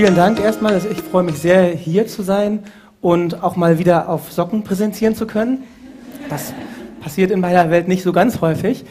vielen Dank erstmal. Also ich freue mich sehr, hier zu sein und auch mal wieder auf Socken präsentieren zu können. Das passiert in meiner Welt nicht so ganz häufig.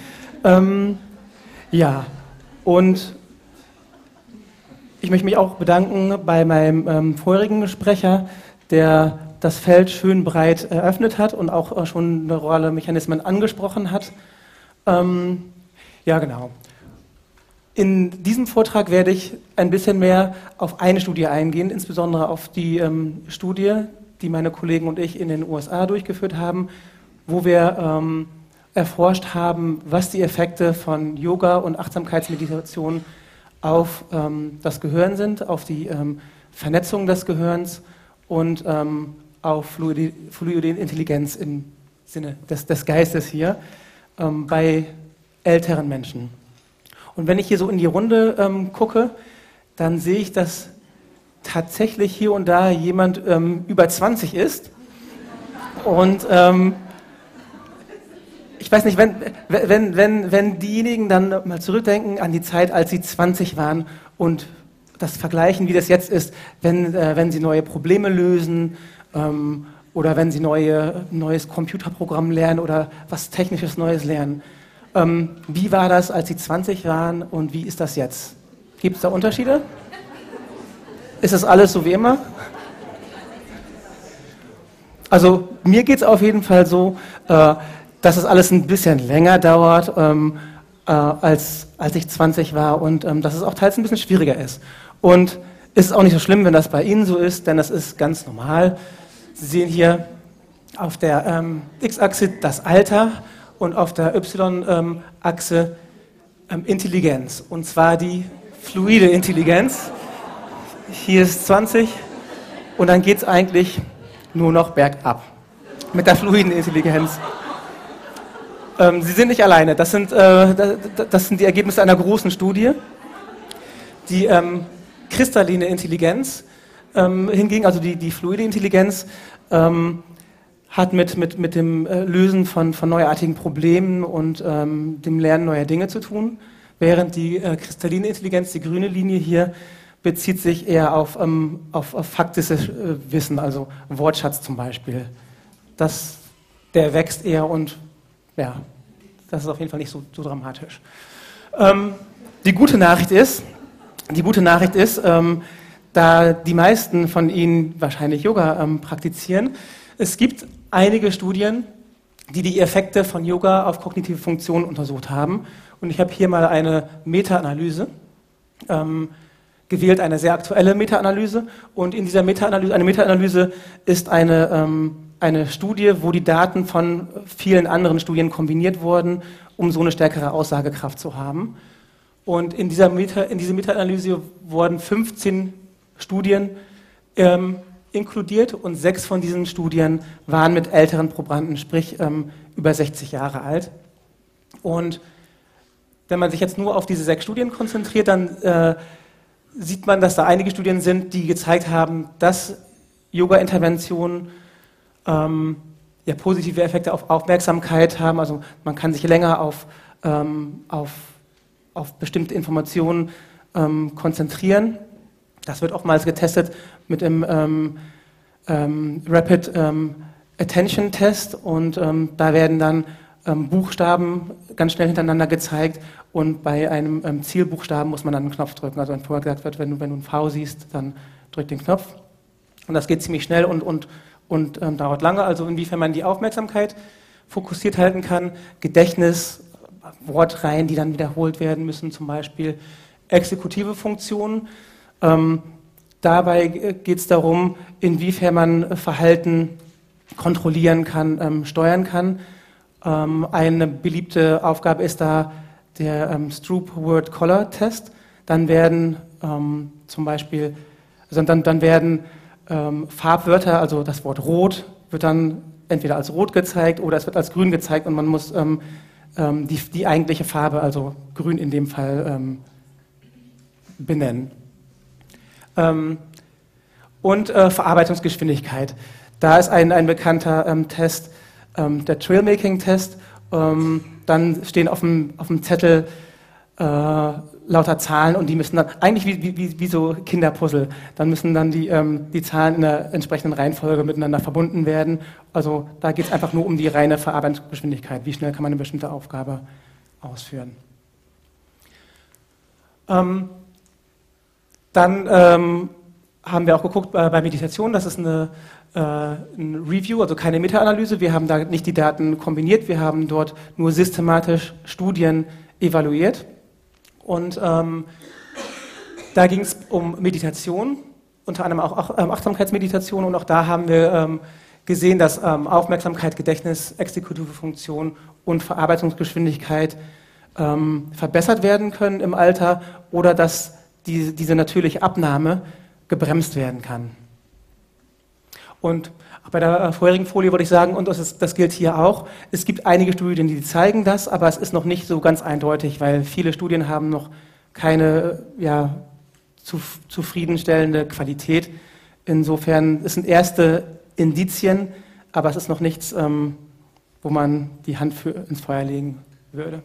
Ja, und ich möchte mich auch bedanken bei meinem vorherigen Sprecher, der das Feld schön breit eröffnet hat und auch schon neurale Mechanismen angesprochen hat. Ja, genau. In diesem Vortrag werde ich ein bisschen mehr auf eine Studie eingehen, insbesondere auf die Studie, die meine Kollegen und ich in den USA durchgeführt haben, wo wir erforscht haben, was die Effekte von Yoga und Achtsamkeitsmeditation auf das Gehirn sind, auf die Vernetzung des Gehirns und auf fluide Intelligenz im Sinne des Geistes hier bei älteren Menschen. Und wenn ich hier so in die Runde gucke, dann sehe ich, dass tatsächlich hier und da jemand über 20 ist. Und ich weiß nicht, wenn diejenigen dann mal zurückdenken an die Zeit, als sie 20 waren und das vergleichen, wie das jetzt ist, wenn sie neue Probleme lösen oder wenn sie neues Computerprogramm lernen oder was Technisches Neues lernen. Wie war das, als Sie 20 waren und wie ist das jetzt? Gibt es da Unterschiede? Ist das alles so wie immer? Also mir geht es auf jeden Fall so, dass es alles ein bisschen länger dauert, als ich 20 war und dass es auch teils ein bisschen schwieriger ist. Und es ist auch nicht so schlimm, wenn das bei Ihnen so ist, denn das ist ganz normal. Sie sehen hier auf der X-Achse das Alter und auf der Y-Achse Intelligenz, und zwar die fluide Intelligenz. Hier ist 20 und dann geht es eigentlich nur noch bergab mit der fluiden Intelligenz. Sie sind nicht alleine, das sind die Ergebnisse einer großen Studie. Die kristalline Intelligenz hingegen, also die fluide Intelligenz, hat mit dem Lösen von neuartigen Problemen und dem Lernen neuer Dinge zu tun, während die kristalline Intelligenz, die grüne Linie hier, bezieht sich eher auf faktisches Wissen, also Wortschatz zum Beispiel. Der wächst eher und ja, das ist auf jeden Fall nicht so dramatisch. Die gute Nachricht ist, da die meisten von Ihnen wahrscheinlich Yoga praktizieren, es gibt einige Studien, die die Effekte von Yoga auf kognitive Funktionen untersucht haben. Und ich habe hier mal eine Meta-Analyse gewählt, eine sehr aktuelle Meta-Analyse. Und in dieser Meta-Analyse ist eine Studie, wo die Daten von vielen anderen Studien kombiniert wurden, um so eine stärkere Aussagekraft zu haben. Und in diese Meta-Analyse wurden 15 Studien inkludiert und 6 von diesen Studien waren mit älteren Probanden, sprich über 60 Jahre alt. Und wenn man sich jetzt nur auf diese 6 Studien konzentriert, dann sieht man, dass da einige Studien sind, die gezeigt haben, dass Yoga-Interventionen positive Effekte auf Aufmerksamkeit haben. Also man kann sich länger auf bestimmte Informationen konzentrieren. Das wird oftmals getestet mit dem Rapid Attention Test und da werden dann Buchstaben ganz schnell hintereinander gezeigt und bei einem Zielbuchstaben muss man dann einen Knopf drücken. Also wenn vorher gesagt wird, wenn du ein V siehst, dann drück den Knopf. Und das geht ziemlich schnell und dauert lange. Also inwiefern man die Aufmerksamkeit fokussiert halten kann, Gedächtnis, Wortreihen, die dann wiederholt werden müssen, zum Beispiel exekutive Funktionen. Dabei geht es darum, inwiefern man Verhalten kontrollieren kann, steuern kann. Eine beliebte Aufgabe ist da der Stroop Word Color Test. Dann werden Farbwörter, also das Wort rot, wird dann entweder als rot gezeigt oder es wird als grün gezeigt und man muss die eigentliche Farbe, also grün in dem Fall, benennen. Und Verarbeitungsgeschwindigkeit. Da ist ein bekannter Test, der Trailmaking-Test. Dann stehen auf dem Zettel lauter Zahlen und die müssen dann, eigentlich wie so Kinderpuzzle, dann müssen dann die Zahlen in der entsprechenden Reihenfolge miteinander verbunden werden. Also da geht es einfach nur um die reine Verarbeitungsgeschwindigkeit. Wie schnell kann man eine bestimmte Aufgabe ausführen. Dann haben wir auch geguckt bei Meditation, das ist ein Review, also keine Meta-Analyse. Wir haben da nicht die Daten kombiniert, wir haben dort nur systematisch Studien evaluiert. Und da ging es um Meditation, unter anderem auch Achtsamkeitsmeditation. Und auch da haben wir gesehen, dass Aufmerksamkeit, Gedächtnis, exekutive Funktion und Verarbeitungsgeschwindigkeit verbessert werden können im Alter oder dass diese natürliche Abnahme gebremst werden kann. Und auch bei der vorherigen Folie würde ich sagen, und das gilt hier auch, es gibt einige Studien, die zeigen das, aber es ist noch nicht so ganz eindeutig, weil viele Studien haben noch keine zufriedenstellende Qualität. Insofern es sind erste Indizien, aber es ist noch nichts, wo man die Hand ins Feuer legen würde.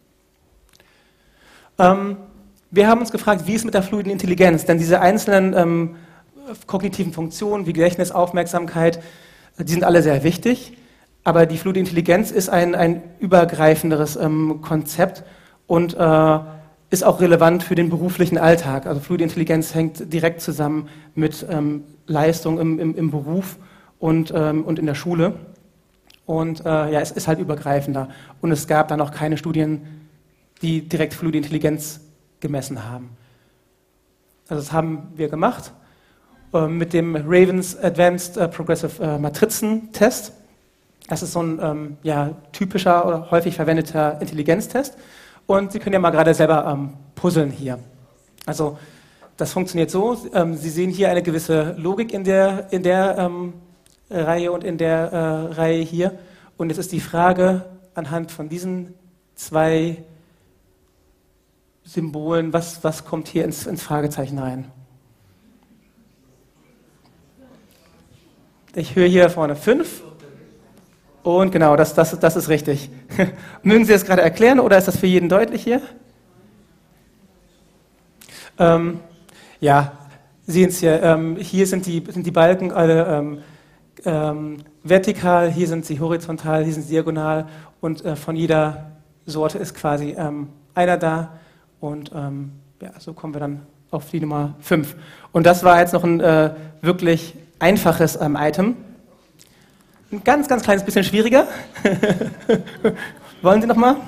Wir haben uns gefragt, wie ist mit der fluiden Intelligenz? Denn diese einzelnen kognitiven Funktionen wie Gedächtnis, Aufmerksamkeit, die sind alle sehr wichtig, aber die fluide Intelligenz ist ein übergreifenderes Konzept und ist auch relevant für den beruflichen Alltag. Also fluide Intelligenz hängt direkt zusammen mit Leistung im Beruf und in der Schule. Und es ist halt übergreifender. Und es gab dann auch keine Studien, die direkt fluide Intelligenz gemessen haben. Also das haben wir gemacht mit dem Ravens Advanced Progressive Matrizen-Test. Das ist so ein typischer oder häufig verwendeter Intelligenztest. Und Sie können ja mal gerade selber puzzeln hier. Also das funktioniert so, Sie sehen hier eine gewisse Logik in der Reihe und in der Reihe hier. Und jetzt ist die Frage anhand von diesen zwei Symbolen, was kommt hier ins Fragezeichen rein? Ich höre hier vorne 5. Und genau, das ist richtig. Mögen Sie das gerade erklären oder ist das für jeden deutlich hier? Sehen Sie hier sind die Balken alle vertikal, hier sind sie horizontal, hier sind sie diagonal und von jeder Sorte ist quasi einer da. Und so kommen wir dann auf die Nummer 5. Und das war jetzt noch ein wirklich einfaches Item. Ein ganz, ganz kleines bisschen schwieriger. Wollen Sie noch mal?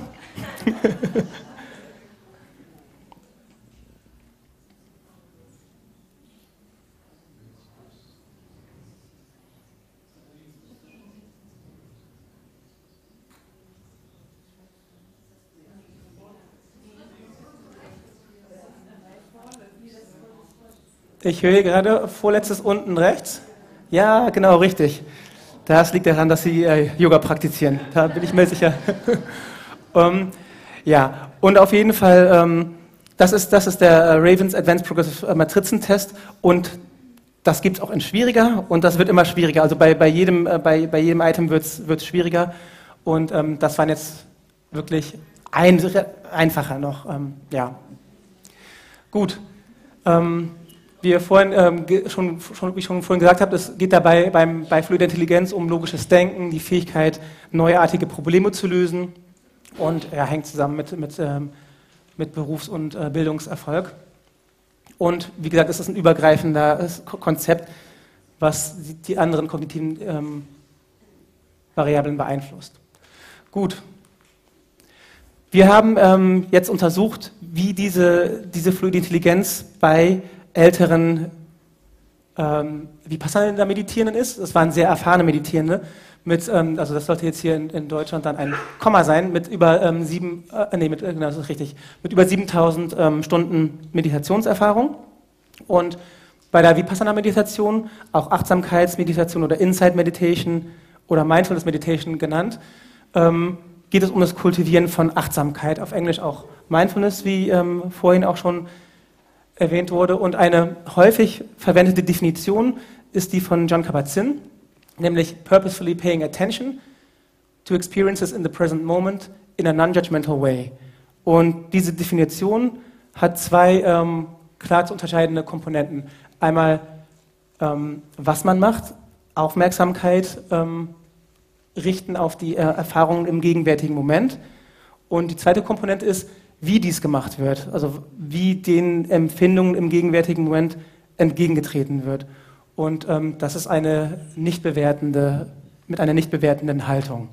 Ich höre gerade vorletztes unten rechts. Ja, genau, richtig. Das liegt daran, dass Sie Yoga praktizieren. Da bin ich mir sicher. Und auf jeden Fall, das ist der Ravens Advanced Progressive Matrizentest und das gibt es auch in schwieriger und das wird immer schwieriger. Also bei jedem Item wird es schwieriger und das waren jetzt wirklich einfacher noch. Gut. Wie ich schon vorhin gesagt habe, es geht dabei bei fluider Intelligenz um logisches Denken, die Fähigkeit, neuartige Probleme zu lösen und hängt zusammen mit Berufs- und Bildungserfolg. Und wie gesagt, es ist ein übergreifendes Konzept, was die anderen kognitiven Variablen beeinflusst. Gut. Wir haben jetzt untersucht, wie diese fluide Intelligenz bei älteren Vipassana-Meditierenden ist. Das waren sehr erfahrene Meditierende. Also das sollte jetzt hier in Deutschland dann ein Komma sein, mit über 7.000 Stunden Meditationserfahrung. Und bei der Vipassana-Meditation, auch Achtsamkeitsmeditation oder Insight Meditation oder Mindfulness Meditation genannt, geht es um das Kultivieren von Achtsamkeit, auf Englisch auch Mindfulness, wie vorhin auch schon erwähnt wurde. Und eine häufig verwendete Definition ist die von Jon Kabat-Zinn, nämlich purposefully paying attention to experiences in the present moment in a non-judgmental way. Und diese Definition hat zwei klar zu unterscheidende Komponenten. Einmal, was man macht, Aufmerksamkeit richten auf die Erfahrungen im gegenwärtigen Moment. Und die zweite Komponente ist, wie dies gemacht wird, also wie den Empfindungen im gegenwärtigen Moment entgegengetreten wird. Und das ist eine mit einer nicht bewertenden Haltung.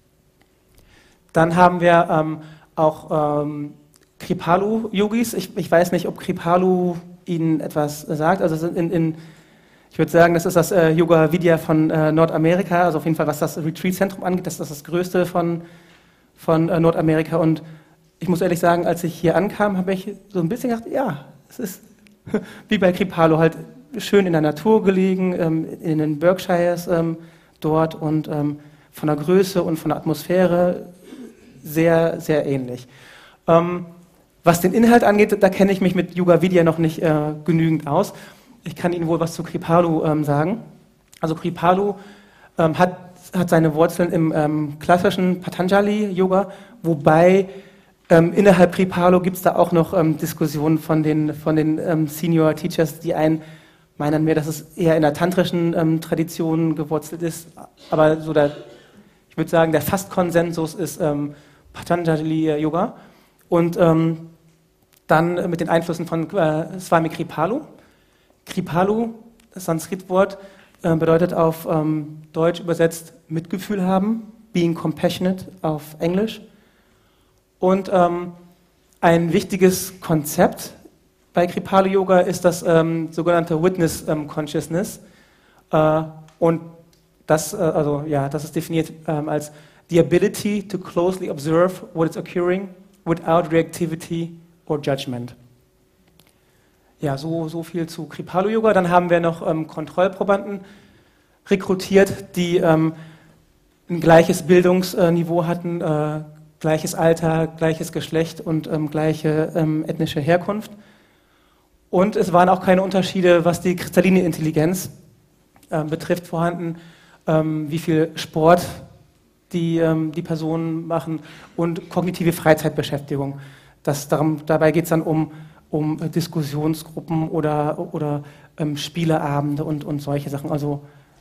Dann haben wir auch Kripalu-Yogis. Ich weiß nicht, ob Kripalu Ihnen etwas sagt. Also ich würde sagen, das ist das Yoga Vidya von Nordamerika, also auf jeden Fall, was das Retreat-Zentrum angeht, das ist das größte von Nordamerika. Und ich muss ehrlich sagen, als ich hier ankam, habe ich so ein bisschen gedacht, ja, es ist wie bei Kripalu, halt schön in der Natur gelegen, in den Berkshires dort und von der Größe und von der Atmosphäre sehr, sehr ähnlich. Was den Inhalt angeht, da kenne ich mich mit Yoga Vidya noch nicht genügend aus. Ich kann Ihnen wohl was zu Kripalu sagen. Also Kripalu hat seine Wurzeln im klassischen Patanjali-Yoga, wobei innerhalb Kripalu gibt es da auch noch Diskussionen von den Senior Teachers, die meinen mir, dass es eher in der tantrischen Tradition gewurzelt ist. Aber so ich würde sagen, der Fast-Konsensus ist Patanjali-Yoga. Und dann mit den Einflüssen von Swami Kripalu. Kripalu, das Sanskrit-Wort, bedeutet auf Deutsch übersetzt Mitgefühl haben, being compassionate auf Englisch. Und ein wichtiges Konzept bei Kripalu Yoga ist das sogenannte Witness Consciousness. Und das ist definiert als the ability to closely observe what is occurring without reactivity or judgment. Ja, so viel zu Kripalu Yoga. Dann haben wir noch Kontrollprobanden rekrutiert, die ein gleiches Bildungsniveau hatten, gleiches Alter, gleiches Geschlecht und gleiche ethnische Herkunft. Und es waren auch keine Unterschiede, was die kristalline Intelligenz betrifft, vorhanden, wie viel Sport die Personen machen und kognitive Freizeitbeschäftigung. Dabei geht es dann um Diskussionsgruppen oder Spieleabende und solche Sachen. Also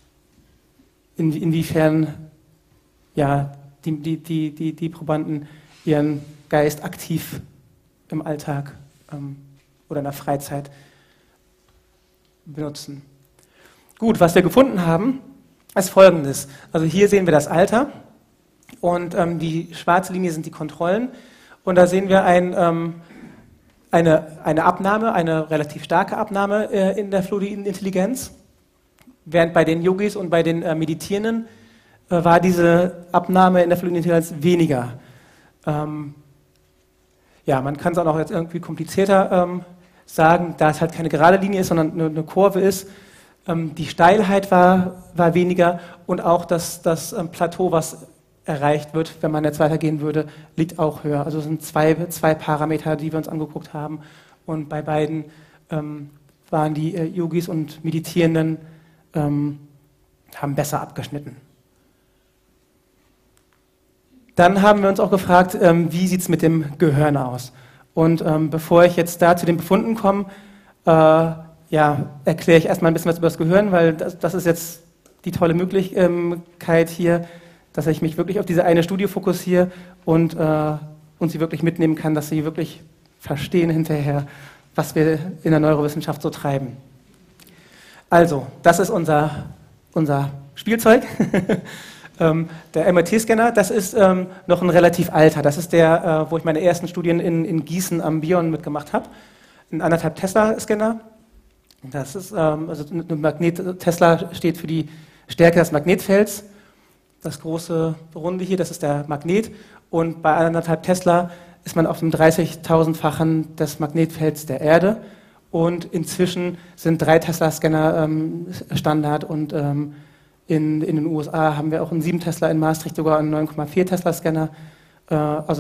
inwiefern ja, die Probanden ihren Geist aktiv im Alltag oder in der Freizeit benutzen. Gut, was wir gefunden haben, ist Folgendes. Also hier sehen wir das Alter und die schwarze Linie sind die Kontrollen und da sehen wir eine Abnahme, eine relativ starke Abnahme in der fluiden Intelligenz, während bei den Yogis und bei den Meditierenden war diese Abnahme in der fluiden Intelligenz weniger. Man kann es auch noch jetzt irgendwie komplizierter sagen, da es halt keine gerade Linie ist, sondern eine Kurve ist. Die Steilheit war weniger und auch das Plateau, was erreicht wird, wenn man jetzt weitergehen würde, liegt auch höher. Also es sind zwei Parameter, die wir uns angeguckt haben. Und bei beiden waren die Yogis und Meditierenden haben besser abgeschnitten. Dann haben wir uns auch gefragt, wie sieht es mit dem Gehirn aus? Und bevor ich jetzt da zu den Befunden komme, erkläre ich erstmal ein bisschen was über das Gehirn, weil das ist jetzt die tolle Möglichkeit hier, dass ich mich wirklich auf diese eine Studie fokussiere und sie wirklich mitnehmen kann, dass sie wirklich verstehen hinterher, was wir in der Neurowissenschaft so treiben. Also, das ist unser Spielzeug. Der MRT-Scanner, das ist noch ein relativ alter. Das ist der, wo ich meine ersten Studien in Gießen am Bion mitgemacht habe. Ein 1,5 Tesla-Scanner. Das ist, Tesla steht für die Stärke des Magnetfelds. Das große Runde hier, das ist der Magnet. Und bei 1,5 Tesla ist man auf dem 30.000-fachen des Magnetfelds der Erde. Und inzwischen sind 3 Tesla-Scanner Standard und in den USA haben wir auch einen 7 Tesla, in Maastricht sogar einen 9,4 Tesla-Scanner. Also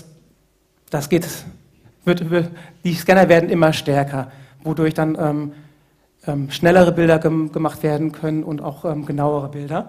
die Scanner werden immer stärker, wodurch dann schnellere Bilder gemacht werden können und auch genauere Bilder.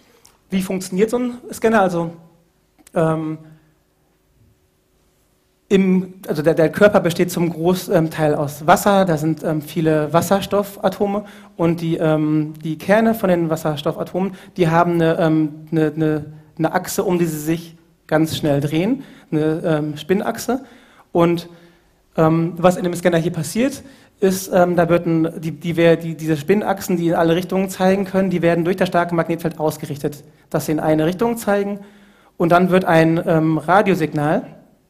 Wie funktioniert so ein Scanner? Also also der Körper besteht zum Großteil aus Wasser, da sind viele Wasserstoffatome und die Kerne von den Wasserstoffatomen, die haben eine Achse, um die sie sich ganz schnell drehen, eine Spinnachse. Und was in dem Scanner hier passiert, ist, da wird diese Spinnachsen, die in alle Richtungen zeigen können, die werden durch das starke Magnetfeld ausgerichtet, dass sie in eine Richtung zeigen. Und dann wird ein Radiosignal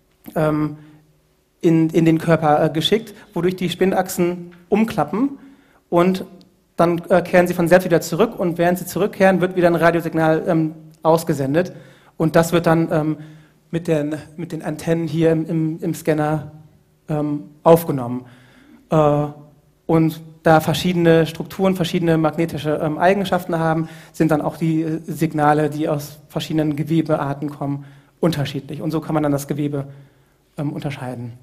in den Körper geschickt, wodurch die Spinnachsen umklappen und dann kehren sie von selbst wieder zurück und während sie zurückkehren, wird wieder ein Radiosignal ausgesendet und das wird dann mit den Antennen hier im Scanner aufgenommen. Und da verschiedene Strukturen, verschiedene magnetische Eigenschaften haben, sind dann auch die Signale, die aus verschiedenen Gewebearten kommen, unterschiedlich. Und so kann man dann das Gewebe unterscheiden.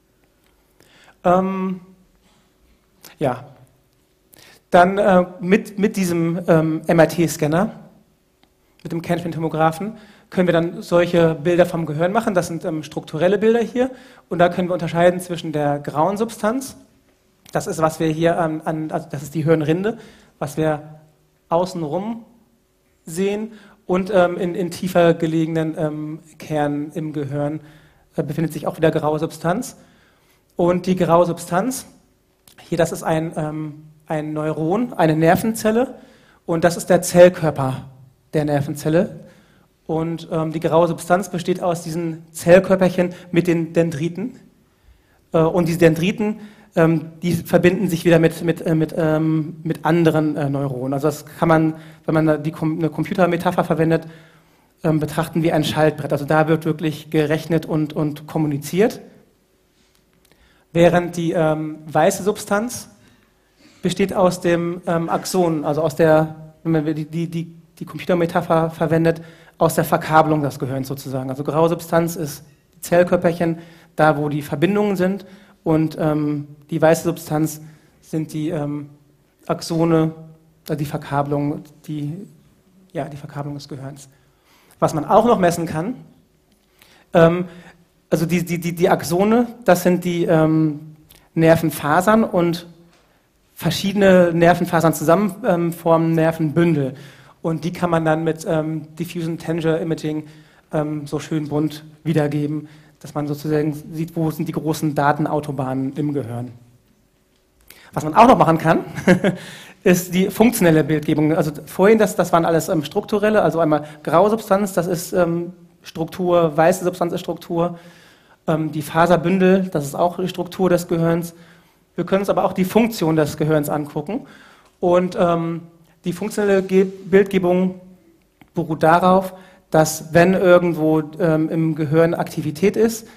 Ja, dann mit diesem MRT-Scanner, mit dem Kernspintomographen, können wir dann solche Bilder vom Gehirn machen. Das sind strukturelle Bilder hier. Und da können wir unterscheiden zwischen der grauen Substanz, das ist, was wir hier also das ist die Hirnrinde, was wir außenrum sehen. Und in tiefer gelegenen Kernen im Gehirn befindet sich auch wieder graue Substanz. Und die graue Substanz, hier, das ist ein Neuron, eine Nervenzelle. Und das ist der Zellkörper der Nervenzelle. Und die graue Substanz besteht aus diesen Zellkörperchen mit den Dendriten. Und diese Dendriten, die verbinden sich wieder mit anderen Neuronen. Also das kann man, wenn man eine Computermetapher verwendet, betrachten wie ein Schaltbrett. Also da wird wirklich gerechnet und kommuniziert. Während die weiße Substanz besteht aus dem Axon, also aus der, wenn man die Computermetapher verwendet, aus der Verkabelung des Gehirns sozusagen. Also graue Substanz ist die Zellkörperchen, da wo die Verbindungen sind, und die weiße Substanz sind die Axone, also die Verkabelung, die Verkabelung des Gehirns. Was man auch noch messen kann, also die Axone, das sind die Nervenfasern, und verschiedene Nervenfasern zusammen formen Nervenbündel. Und die kann man dann mit Diffusion Tensor Imaging so schön bunt wiedergeben, dass man sozusagen sieht, wo sind die großen Datenautobahnen im Gehirn. Was man auch noch machen kann, ist die funktionelle Bildgebung. Also vorhin, das waren alles strukturelle, also einmal graue Substanz, das ist Struktur, weiße Substanz ist Struktur, die Faserbündel, das ist auch die Struktur des Gehirns. Wir können uns aber auch die Funktion des Gehirns angucken. Und die funktionelle Bildgebung beruht darauf, dass wenn irgendwo im Gehirn Aktivität ist,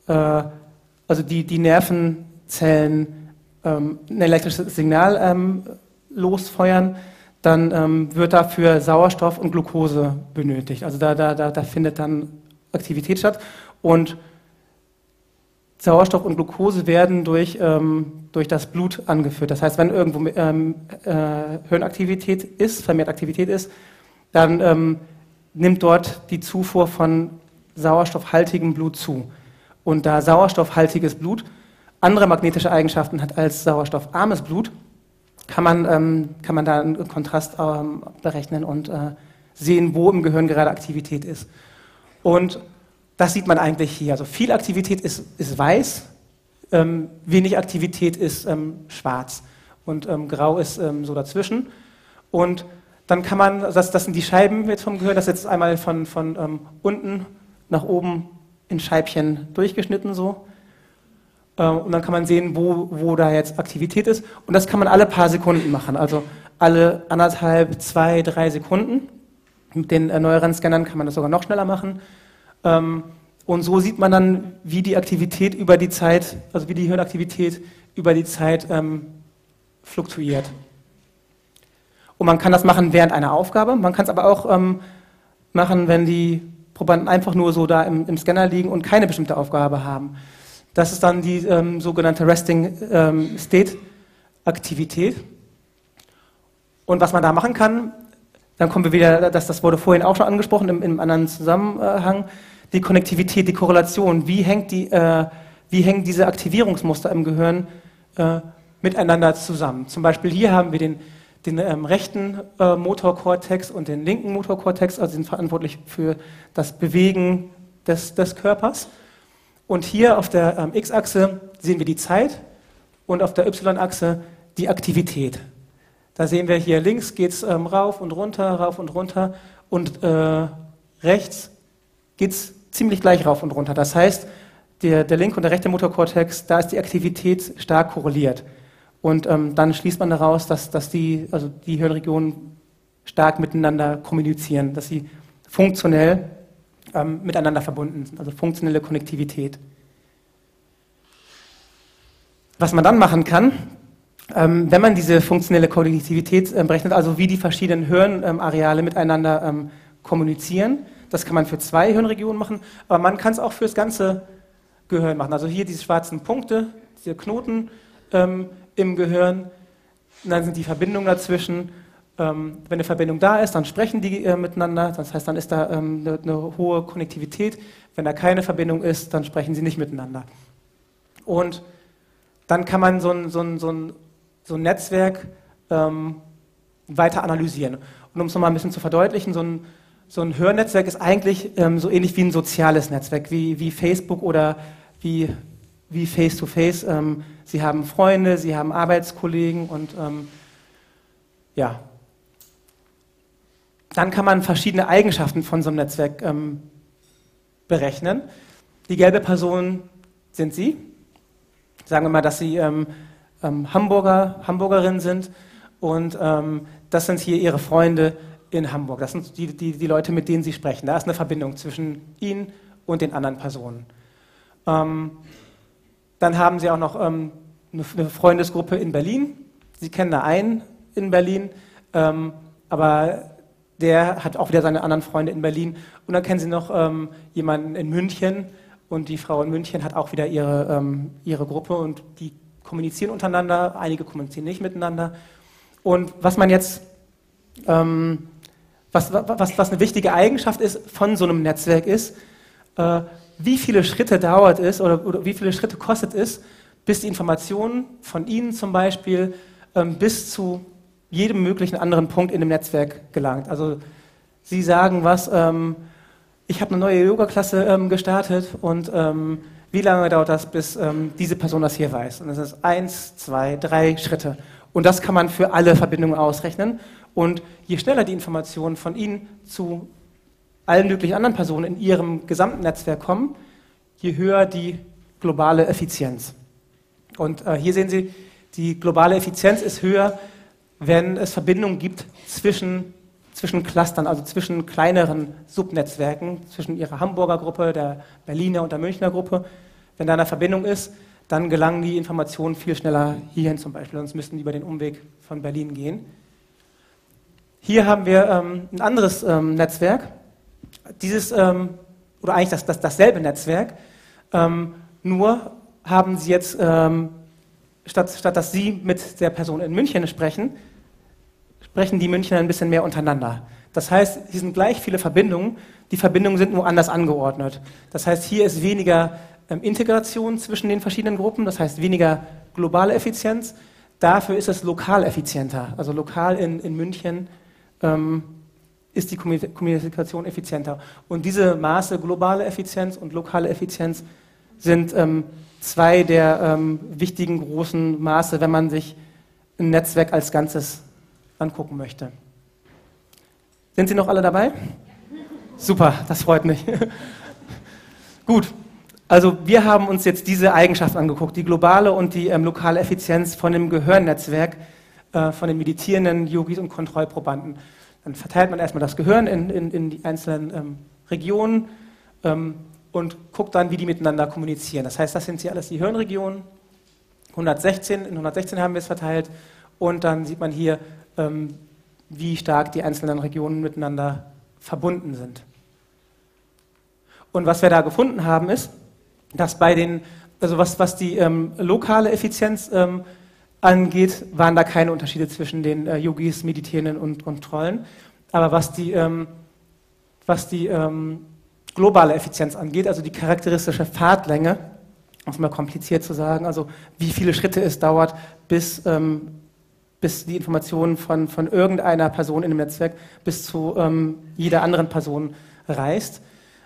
also die Nervenzellen ein elektrisches Signal losfeuern, dann wird dafür Sauerstoff und Glucose benötigt. Also da findet dann Aktivität statt. Und Sauerstoff und Glucose werden durch das Blut angeführt. Das heißt, wenn irgendwo Hirnaktivität ist, vermehrt Aktivität ist, dann nimmt dort die Zufuhr von sauerstoffhaltigem Blut zu. Und da sauerstoffhaltiges Blut andere magnetische Eigenschaften hat als sauerstoffarmes Blut, kann man da einen Kontrast berechnen und sehen, wo im Gehirn gerade Aktivität ist. Und das sieht man eigentlich hier. Also viel Aktivität ist weiß, wenig Aktivität ist schwarz und grau ist so dazwischen. Und dann kann man, das sind die Scheiben jetzt vom Gehirn, das ist jetzt einmal von unten nach oben in Scheibchen durchgeschnitten so. Und dann kann man sehen, wo da jetzt Aktivität ist. Und das kann man alle paar Sekunden machen, also alle 1,5, 2, 3 Sekunden. Mit den neueren Scannern kann man das sogar noch schneller machen. Und so sieht man dann, wie die Aktivität über die Zeit, also wie die Hirnaktivität über die Zeit fluktuiert. Und man kann das machen während einer Aufgabe. Man kann es aber auch machen, wenn die Probanden einfach nur so da im Scanner liegen und keine bestimmte Aufgabe haben. Das ist dann die sogenannte Resting State Aktivität. Und was man da machen kann, dann kommen wir wieder, das wurde vorhin auch schon angesprochen im anderen Zusammenhang, die Konnektivität, die Korrelation, wie hängen diese Aktivierungsmuster im Gehirn miteinander zusammen. Zum Beispiel hier haben wir den rechten Motorkortex und den linken Motorkortex, also sind verantwortlich für das Bewegen des Körpers. Und hier auf der X-Achse sehen wir die Zeit und auf der Y-Achse die Aktivität. Da sehen wir hier links geht es rauf und runter und rechts geht es ziemlich gleich rauf und runter. Das heißt, der linke und der rechte Motorkortex, da ist die Aktivität stark korreliert. Und dann schließt man daraus, dass die Hirnregionen stark miteinander kommunizieren, dass sie funktionell miteinander verbunden sind, also funktionelle Konnektivität. Was man dann machen kann, wenn man diese funktionelle Konnektivität berechnet, also wie die verschiedenen Hirnareale miteinander kommunizieren, das kann man für 2 Hirnregionen machen, aber man kann es auch für das ganze Gehirn machen. Also hier diese schwarzen Punkte, diese Knoten im Gehirn, und dann sind die Verbindungen dazwischen. Wenn eine Verbindung da ist, dann sprechen die miteinander, das heißt, dann ist da eine hohe Konnektivität. Wenn da keine Verbindung ist, dann sprechen sie nicht miteinander. Und dann kann man so ein Netzwerk weiter analysieren. Und um es nochmal ein bisschen zu verdeutlichen, so ein Hörnetzwerk ist eigentlich so ähnlich wie ein soziales Netzwerk, wie Facebook oder wie Face-to-Face. Sie haben Freunde, sie haben Arbeitskollegen und ja. Dann kann man verschiedene Eigenschaften von so einem Netzwerk berechnen. Die gelbe Person sind Sie. Sagen wir mal, dass Sie Hamburgerin sind und das sind hier Ihre Freunde in Hamburg. Das sind die Leute, mit denen Sie sprechen. Da ist eine Verbindung zwischen Ihnen und den anderen Personen. Dann haben Sie auch noch eine Freundesgruppe in Berlin. Sie kennen da einen in Berlin, aber der hat auch wieder seine anderen Freunde in Berlin. Und dann kennen Sie noch jemanden in München und die Frau in München hat auch wieder ihre Gruppe und die kommunizieren untereinander, einige kommunizieren nicht miteinander. Und was man jetzt, was eine wichtige Eigenschaft ist von so einem Netzwerk ist, wie viele Schritte dauert es oder wie viele Schritte kostet es, bis die Informationen von Ihnen zum Beispiel bis zu jedem möglichen anderen Punkt in dem Netzwerk gelangt. Also Sie sagen was, ich habe eine neue Yoga-Klasse gestartet und wie lange dauert das, bis diese Person das hier weiß? Und das ist 1, 2, 3 Schritte. Und das kann man für alle Verbindungen ausrechnen. Und je schneller die Informationen von Ihnen zu allen möglichen anderen Personen in Ihrem gesamten Netzwerk kommen, je höher die globale Effizienz. Und hier sehen Sie, die globale Effizienz ist höher, wenn es Verbindungen gibt zwischen Clustern, also zwischen kleineren Subnetzwerken, zwischen Ihrer Hamburger Gruppe, der Berliner und der Münchner Gruppe. Wenn da eine Verbindung ist, dann gelangen die Informationen viel schneller hierhin zum Beispiel, sonst müssten die über den Umweg von Berlin gehen. Hier haben wir ein anderes Netzwerk, oder eigentlich dasselbe Netzwerk, nur haben Sie jetzt, statt dass Sie mit der Person in München sprechen die Münchner ein bisschen mehr untereinander. Das heißt, hier sind gleich viele Verbindungen, die Verbindungen sind nur anders angeordnet. Das heißt, hier ist weniger Integration zwischen den verschiedenen Gruppen, das heißt weniger globale Effizienz, dafür ist es lokal effizienter. Also lokal in München ist die Kommunikation effizienter. Und diese Maße, globale Effizienz und lokale Effizienz, sind 2 der wichtigen großen Maße, wenn man sich ein Netzwerk als Ganzes angucken möchte. Sind Sie noch alle dabei? Super, das freut mich. Gut, also wir haben uns jetzt diese Eigenschaft angeguckt, die globale und die lokale Effizienz von dem Gehörnetzwerk von den meditierenden Yogis und Kontrollprobanden. Dann verteilt man erstmal das Gehirn in die einzelnen Regionen und guckt dann, wie die miteinander kommunizieren. Das heißt, das sind hier alles die Hirnregionen. In 116 haben wir es verteilt und dann sieht man hier, wie stark die einzelnen Regionen miteinander verbunden sind. Und was wir da gefunden haben, ist, dass was die lokale Effizienz angeht, waren da keine Unterschiede zwischen den Yogis, Meditierenden und Trollen. Aber was die globale Effizienz angeht, also die charakteristische Fahrtlänge, um es mal kompliziert zu sagen, also wie viele Schritte es dauert, bis die Information von irgendeiner Person in dem Netzwerk bis zu jeder anderen Person reist.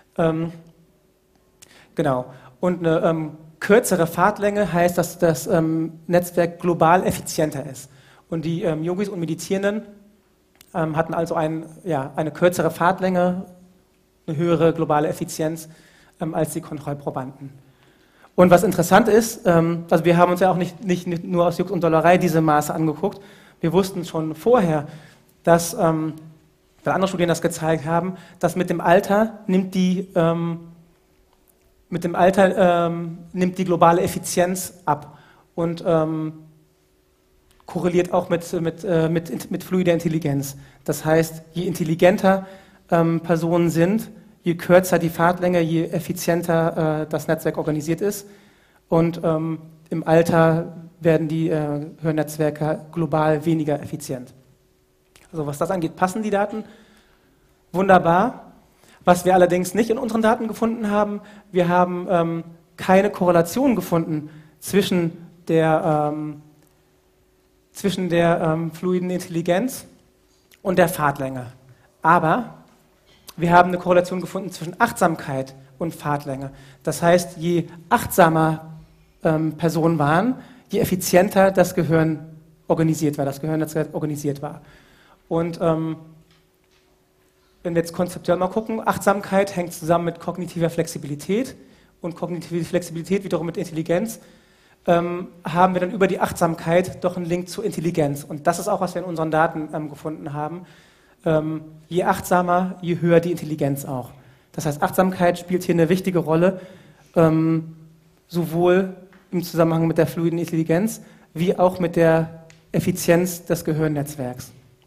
Genau. Und eine kürzere Fahrtlänge heißt, dass das Netzwerk global effizienter ist. Und die Yogis und Meditierenden hatten also eine kürzere Fahrtlänge, eine höhere globale Effizienz als die Kontrollprobanden. Und was interessant ist, also wir haben uns ja auch nicht nur aus Jux und Dollerei diese Maße angeguckt, wir wussten schon vorher, dass, weil andere Studien das gezeigt haben, dass mit dem Alter nimmt die globale Effizienz ab und korreliert auch mit fluider Intelligenz. Das heißt, je intelligenter Personen sind, je kürzer die Fahrtlänge, je effizienter das Netzwerk organisiert ist. Und im Alter werden die Hirnnetzwerke global weniger effizient. Also was das angeht, passen die Daten wunderbar. Was wir allerdings nicht in unseren Daten gefunden haben, wir haben keine Korrelation gefunden zwischen der fluiden Intelligenz und der Fahrtlänge. Aber wir haben eine Korrelation gefunden zwischen Achtsamkeit und Fahrtlänge. Das heißt, je achtsamer Personen waren, je effizienter das Gehirn organisiert war, das Gehirnnetzwerk organisiert war. Und wenn wir jetzt konzeptuell mal gucken, Achtsamkeit hängt zusammen mit kognitiver Flexibilität und kognitive Flexibilität wiederum mit Intelligenz. Haben wir dann über die Achtsamkeit doch einen Link zur Intelligenz. Und das ist auch, was wir in unseren Daten gefunden haben. Je achtsamer, je höher die Intelligenz auch. Das heißt, Achtsamkeit spielt hier eine wichtige Rolle, sowohl im Zusammenhang mit der fluiden Intelligenz, wie auch mit der Effizienz des Gehirnnetzwerks.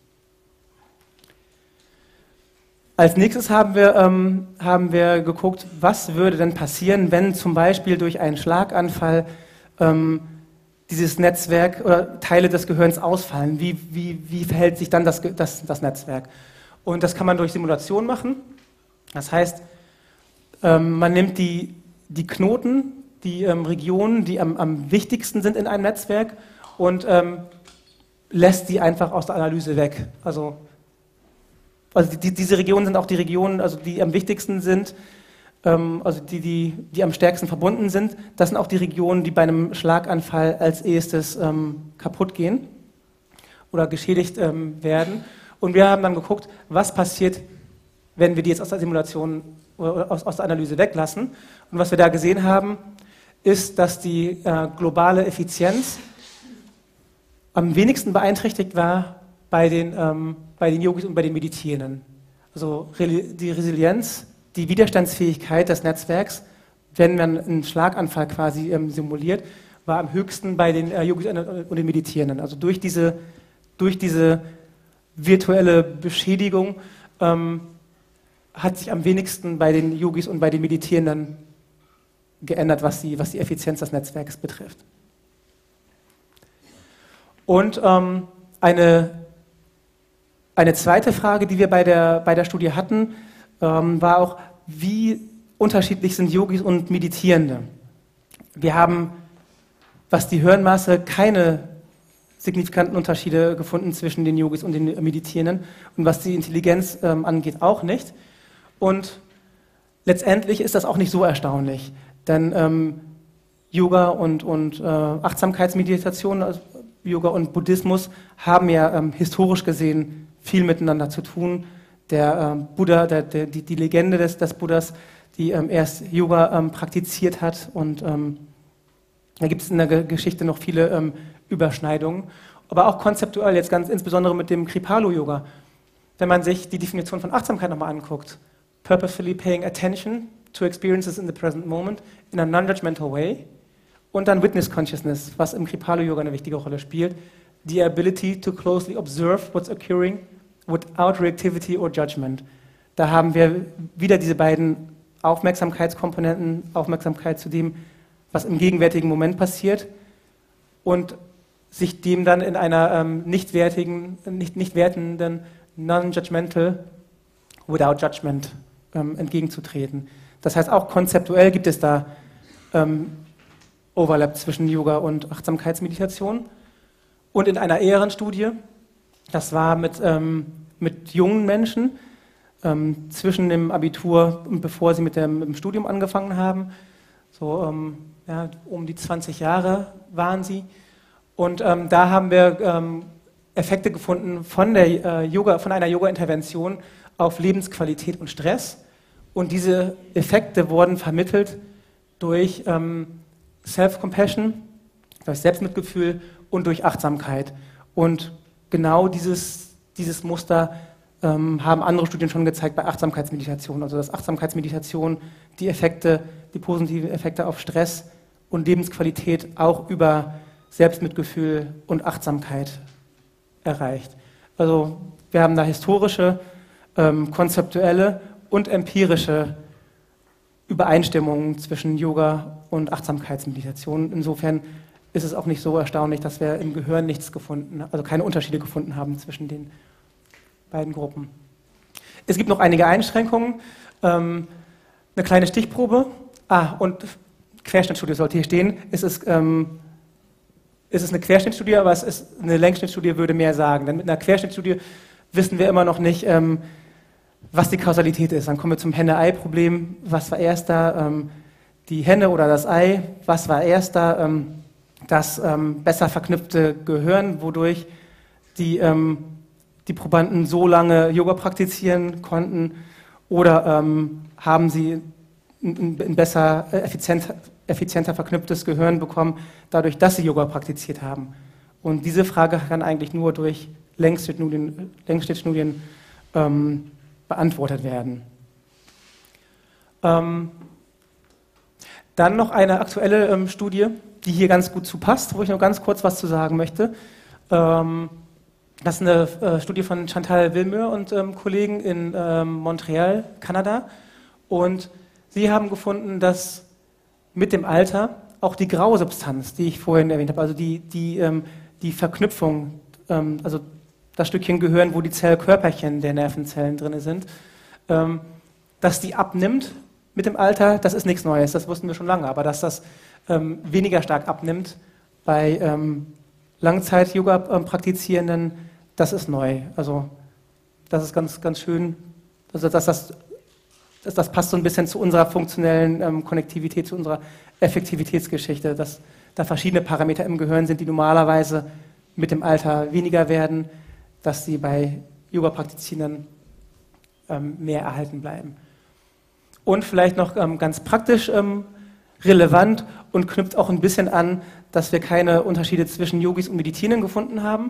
Als nächstes haben wir geguckt, was würde denn passieren, wenn zum Beispiel durch einen Schlaganfall dieses Netzwerk oder Teile des Gehirns ausfallen. Wie verhält sich dann das Netzwerk? Und das kann man durch Simulation machen. Das heißt, man nimmt die Knoten, die Regionen, die am wichtigsten sind in einem Netzwerk und lässt die einfach aus der Analyse weg. Also diese Regionen sind auch die Regionen, also die am wichtigsten sind, also die am stärksten verbunden sind. Das sind auch die Regionen, die bei einem Schlaganfall als erstes kaputt gehen oder geschädigt werden. Und wir haben dann geguckt, was passiert, wenn wir die jetzt aus der Simulation oder aus der Analyse weglassen. Und was wir da gesehen haben, ist, dass die globale Effizienz am wenigsten beeinträchtigt war bei den Yogis und bei den Meditierenden. Also die Resilienz, die Widerstandsfähigkeit des Netzwerks, wenn man einen Schlaganfall quasi simuliert, war am höchsten bei den Yogis und den Meditierenden. Also durch diese virtuelle Beschädigung hat sich am wenigsten bei den Yogis und bei den Meditierenden geändert, was die Effizienz des Netzwerks betrifft. Und eine zweite Frage, die wir bei der Studie hatten, war auch, wie unterschiedlich sind Yogis und Meditierende? Wir haben, was die Hirnmaße, keine signifikanten Unterschiede gefunden zwischen den Yogis und den Meditierenden und was die Intelligenz angeht, auch nicht. Und letztendlich ist das auch nicht so erstaunlich, denn Yoga und Achtsamkeitsmeditation, also Yoga und Buddhismus haben ja historisch gesehen viel miteinander zu tun. Der Buddha, die Legende des Buddhas, die erst Yoga praktiziert hat und da gibt es in der Geschichte noch viele Überschneidungen, aber auch konzeptuell, jetzt ganz insbesondere mit dem Kripalu-Yoga. Wenn man sich die Definition von Achtsamkeit nochmal anguckt, purposefully paying attention to experiences in the present moment in a non-judgmental way, und dann Witness Consciousness, was im Kripalu-Yoga eine wichtige Rolle spielt, the ability to closely observe what's occurring without reactivity or judgment. Da haben wir wieder diese beiden Aufmerksamkeitskomponenten, Aufmerksamkeit zu dem, was im gegenwärtigen Moment passiert und sich dem dann in einer nicht wertenden, non-judgmental, without judgment entgegenzutreten. Das heißt, auch konzeptuell gibt es da Overlap zwischen Yoga und Achtsamkeitsmeditation. Und in einer eheren Studie, das war mit jungen Menschen, zwischen dem Abitur und bevor sie mit dem Studium angefangen haben, so um die 20 Jahre waren sie. Und da haben wir Effekte gefunden von einer Yoga-Intervention auf Lebensqualität und Stress. Und diese Effekte wurden vermittelt durch Self-Compassion, durch Selbstmitgefühl und durch Achtsamkeit. Und genau dieses Muster haben andere Studien schon gezeigt bei Achtsamkeitsmeditation. Also dass Achtsamkeitsmeditation die positiven Effekte auf Stress und Lebensqualität auch über Selbstmitgefühl und Achtsamkeit erreicht. Also wir haben da historische, konzeptuelle und empirische Übereinstimmungen zwischen Yoga und Achtsamkeitsmeditation. Insofern ist es auch nicht so erstaunlich, dass wir im Gehirn also keine Unterschiede gefunden haben zwischen den beiden Gruppen. Es gibt noch einige Einschränkungen. Eine kleine Stichprobe. Und Querschnittstudie sollte hier stehen. Es ist eine Querschnittstudie, aber eine Längsschnittstudie würde mehr sagen. Denn mit einer Querschnittstudie wissen wir immer noch nicht, was die Kausalität ist. Dann kommen wir zum Henne-Ei-Problem. Was war erst da? Die Henne oder das Ei? Was war erst da? Das besser verknüpfte Gehirn, wodurch die Probanden so lange Yoga praktizieren konnten, oder haben sie ein besser, effizienter verknüpftes Gehirn bekommen, dadurch, dass sie Yoga praktiziert haben. Und diese Frage kann eigentlich nur durch Längsschnittstudien beantwortet werden. Dann noch eine aktuelle Studie, die hier ganz gut zu passt, wo ich noch ganz kurz was zu sagen möchte. Das ist eine Studie von Chantal Villemeur und Kollegen in Montreal, Kanada. Und sie haben gefunden, dass mit dem Alter auch die Grausubstanz, die ich vorhin erwähnt habe, also die Verknüpfung, also das Stückchen Gehirn, wo die Zellkörperchen der Nervenzellen drin sind, dass die abnimmt mit dem Alter. Das ist nichts Neues, das wussten wir schon lange, aber dass das weniger stark abnimmt bei Langzeit-Yoga-Praktizierenden, das ist neu. Also das ist ganz, ganz schön. Also das passt so ein bisschen zu unserer funktionellen Konnektivität, zu unserer Effektivitätsgeschichte, dass da verschiedene Parameter im Gehirn sind, die normalerweise mit dem Alter weniger werden, dass sie bei Yoga-Praktizierenden mehr erhalten bleiben. Und vielleicht noch ganz praktisch relevant und knüpft auch ein bisschen an, dass wir keine Unterschiede zwischen Yogis und Meditierenden gefunden haben.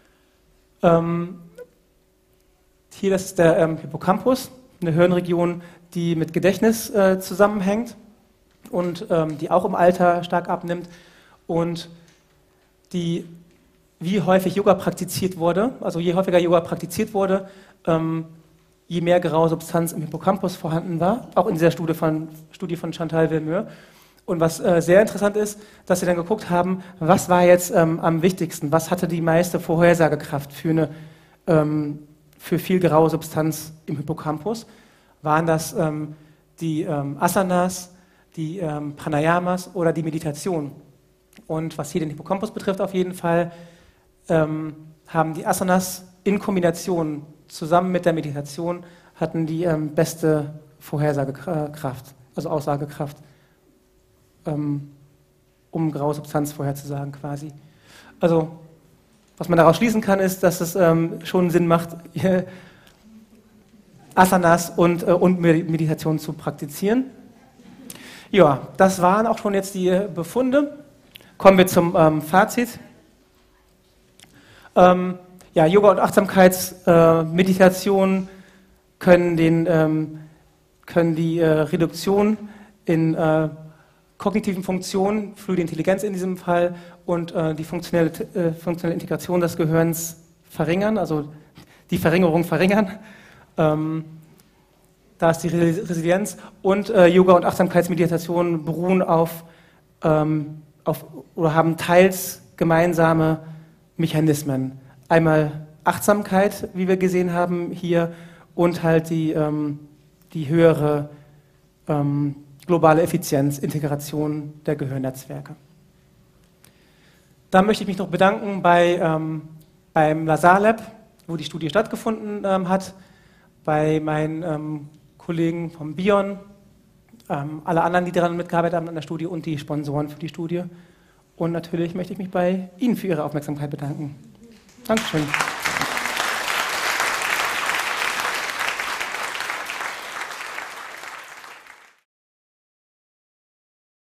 Hier, das ist der Hippocampus, eine Hirnregion, die mit Gedächtnis zusammenhängt und die auch im Alter stark abnimmt und die, wie häufig Yoga praktiziert wurde, also je häufiger Yoga praktiziert wurde, je mehr graue Substanz im Hippocampus vorhanden war, auch in dieser Studie von Chantal Villemeur. Und was sehr interessant ist, dass sie dann geguckt haben, was war jetzt am wichtigsten, was hatte die meiste Vorhersagekraft für viel graue Substanz im Hippocampus. Waren das die Asanas, die Pranayamas oder die Meditation? Und was hier den Hippocampus betrifft auf jeden Fall, haben die Asanas in Kombination zusammen mit der Meditation hatten die beste Vorhersagekraft, also Aussagekraft, um graue Substanz vorherzusagen quasi. Also was man daraus schließen kann, ist, dass es schon Sinn macht, Asanas und Meditation zu praktizieren. Ja, das waren auch schon jetzt die Befunde. Kommen wir zum Fazit. Yoga und Achtsamkeitsmeditation können die Reduktion in kognitiven Funktionen, fluide Intelligenz in diesem Fall, und die funktionelle Integration des Gehirns verringern, also die Verringerung verringern. Da ist die Resilienz, und Yoga und Achtsamkeitsmeditation beruhen auf oder haben teils gemeinsame Mechanismen. Einmal Achtsamkeit, wie wir gesehen haben hier, und halt die die höhere globale Effizienz, Integration der Gehirnnetzwerke. Da möchte ich mich noch bedanken beim Lazar Lab, wo die Studie stattgefunden hat, bei meinen Kollegen vom BION, alle anderen, die daran mitgearbeitet haben an der Studie und die Sponsoren für die Studie. Und natürlich möchte ich mich bei Ihnen für Ihre Aufmerksamkeit bedanken. Dankeschön.